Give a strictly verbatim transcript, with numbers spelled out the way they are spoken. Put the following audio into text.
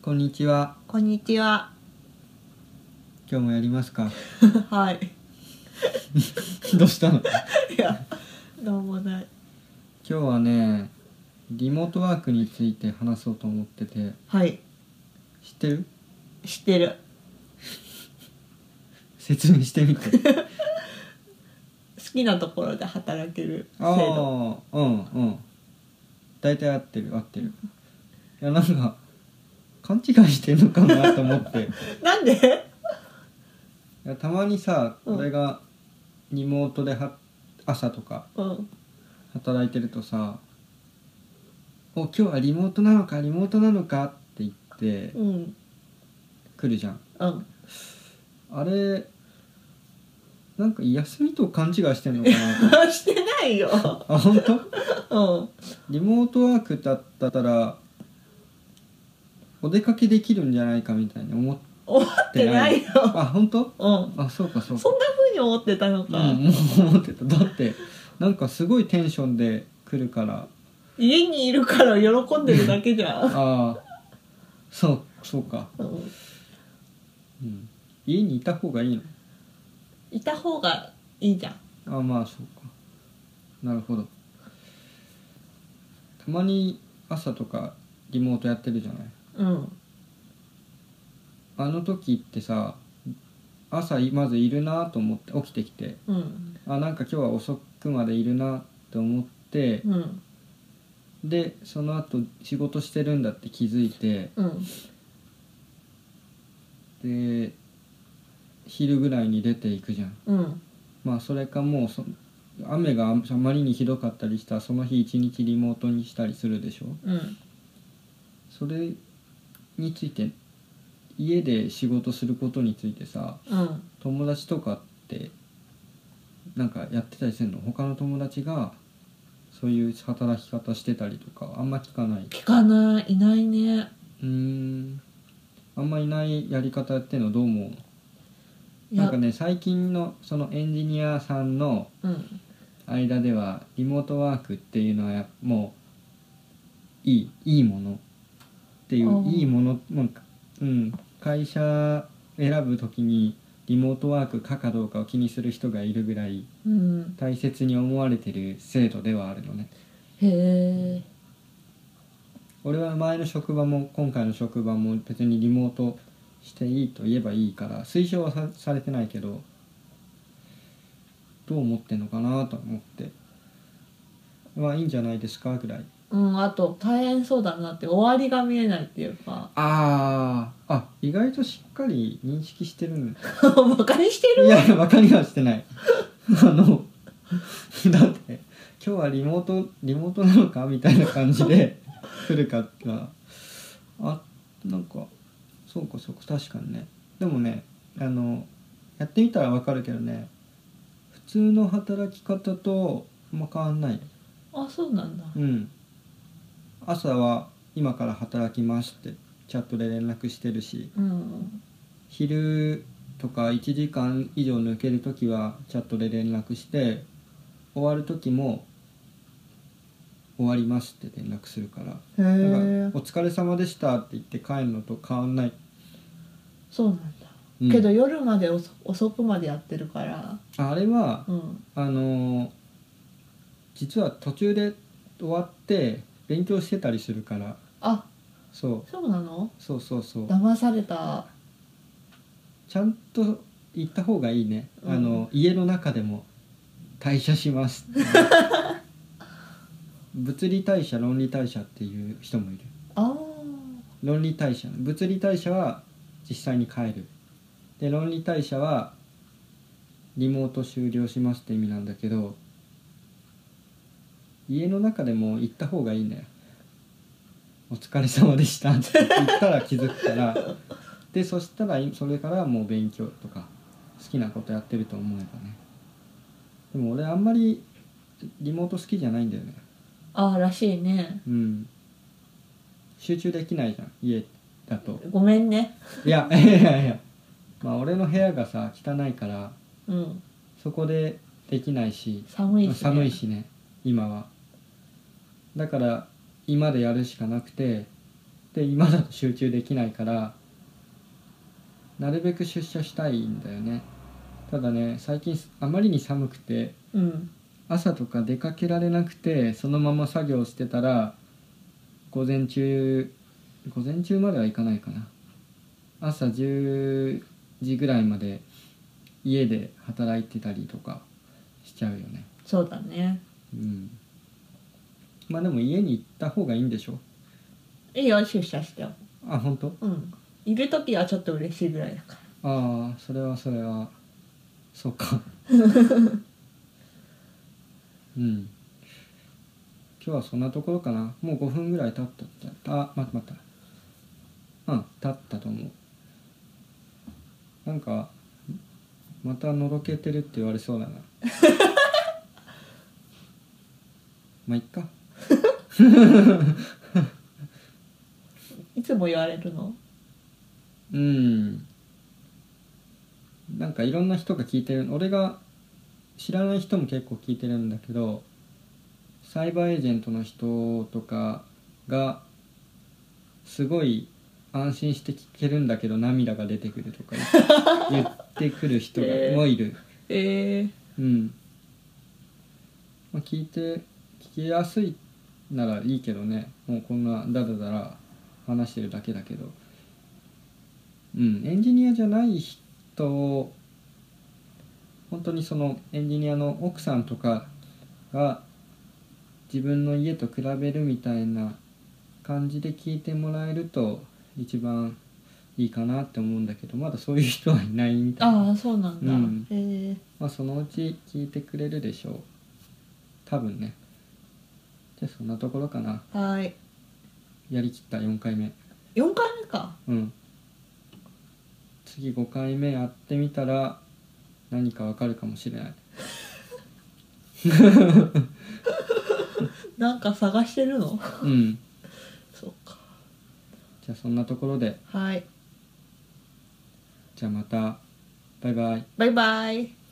こんにちは。 こんにちは。 今日もやりますか。 はい。 どうしたの？ いや、どうもない。 今日はね、リモートワークについて話そうと思ってて。 はい。 知ってる？ 知ってる。 説明してみて。 好きなところで働ける制度。 ああ、うんうん。大体合ってる合ってる。いやなんか勘違いしてんのかなと思って。 なんで？ いやたまにさ、 うん俺がリモートでは朝とかうん。 働いてるとさ、お今日はリモートなのかリモートなのかって言ってうん来るじゃん。 うん。 あれなんか休みと勘違いしてんのかなと。 してないよ。 あ、本当？ うん。 リモートワークだったらお出かけできるんじゃないかみたいに思っ思ってないよ。 あ、本当？ うん。 あ、そうかそうか。 そんな風に思ってたのか。 うん、もう思ってた。だってなんかすごいテンションで来るから。 家にいるから喜んでるだけじゃん。 ああ、そうそうか。 うん。 うん。家にいた方がいいの？ いた方がいいじゃん。 あ、まあそうか。なるほど。たまに朝とかリモートやってるじゃない。 うん。 あの時ってさ、朝まずいるなと思って起きてきて、 うん。 あ、なんか今日は遅くまでいるなと思って、 うん。 でその後仕事してるんだって気づいて、 うん。 で昼ぐらいに出ていくじゃん。 うん。 まあそれかもうそ雨があまりにひどかったりしたらその日一日リモートにしたりするでしょ。 うん。 それについて家で仕事することについてさ、 うん。 友達とかってなんかやってたりするの？他の友達がそういう働き方してたりとかあんま聞かない？ 聞かない。いないね。 うーん、あんまいないやり方やってんのどう思う？ いやなんかね、最近のそのエンジニアさんのうん間ではリモートワークっていうのはやもういいいいものっていう、 あーいいもの、なんか、うん、会社選ぶときにリモートワークかかどうかを気にする人がいるぐらいうん大切に思われてる制度ではあるのね。 へえ俺は前の職場も今回の職場も別にリモートしていいと言えばいいから推奨は さ, されてないけど、どう思ってんのかなと思って、まあいいんじゃないですかぐらい。 うんあと大変そうだなって終わりが見えないっていうかあーあ、意外としっかり認識してるんバカにしてる。 いやバカにはしてないあのだって今日はリモートリモートなのかみたいな感じで来るからあ、なんかそうかそうか、確かにね。でもね、あのやってみたら分かるけどね、普通の働き方とあんま変わんない。 あそうなんだ。 うん朝は今から働きますってチャットで連絡してるし、 うん昼とかいちじかん以上抜けるときはチャットで連絡して、終わるときも終わりますって連絡するから、 へなんえかお疲れ様でしたって言って帰るのと変わんない。 そうなんだ、 うん、 けど夜まで遅遅くまでやってるからあれは、 うんあのー実は途中で終わって勉強してたりするから。 あそうそうなの。 そうそうそう、 騙された。 ちゃんと言った方がいいね、 うんあの家の中でも退社します物理退社論理退社っていう人もいる。 あ論理退社、物理退社は実際に帰る、で論理退社はリモート終了しますって意味なんだけど、家の中でも言った方がいいね。お疲れ様でしたって言ったら気づくからでそしたらそれからもう勉強とか好きなことやってると思えばね。でも俺あんまりリモート好きじゃないんだよね。 ああらしいね。 うん集中できないじゃん家だと。 ごめんね。 いやいやいや、まあ俺の部屋がさ汚いからうんそこでできないし、 寒いし、ね、 寒いしね今は。だから今でやるしかなくて、 で今だと集中できないからなるべく出社したいんだよね。ただね最近あまりに寒くてうん朝とか出かけられなくてそのまま作業してたら午前中午前中まではいかないかな、朝じゅうじぐらいまで家で働いてたりとかしちゃうよね。 そうだね。 うんまあでも家に行った方がいいんでしょ。 いいよ出社しても。 あ本当？ うんいる時はちょっと嬉しいぐらいだから。 ああそれはそれはそうかうん今日はそんなところかな。もうごふんぐらい経ったってあ待った待ったうん経ったと思う。なんかまたのろけてるって言われそうだなまあいっかいつも言われるの？ うんなんかいろんな人が聞いてる。俺が知らない人も結構聞いてるんだけどサイバーエージェントの人とかがすごい安心して聞けるんだけど涙が出てくるとか言ってくる人がもいる。 えー、 うんまあ、聞いて聞きやすいならいいけどね。もうこんなダダダラ話してるだけだけど、うんエンジニアじゃない人本当にそのエンジニアの奥さんとかが自分の家と比べるみたいな感じで聞いてもらえると一番いいかなって思うんだけどまだそういう人はいないみたいな。 ああそうなんだ、 うんえー、 まあそのうち聞いてくれるでしょう多分ね。じゃあそんなところかな。 はい。 やりきったよんかいめ。 よんかいめか。 うん次ごかいめやってみたら何かわかるかもしれないなんか探してるの？ うんそうか。 じゃあそんなところではい。 じゃあまたバイバイ。 バイバイ。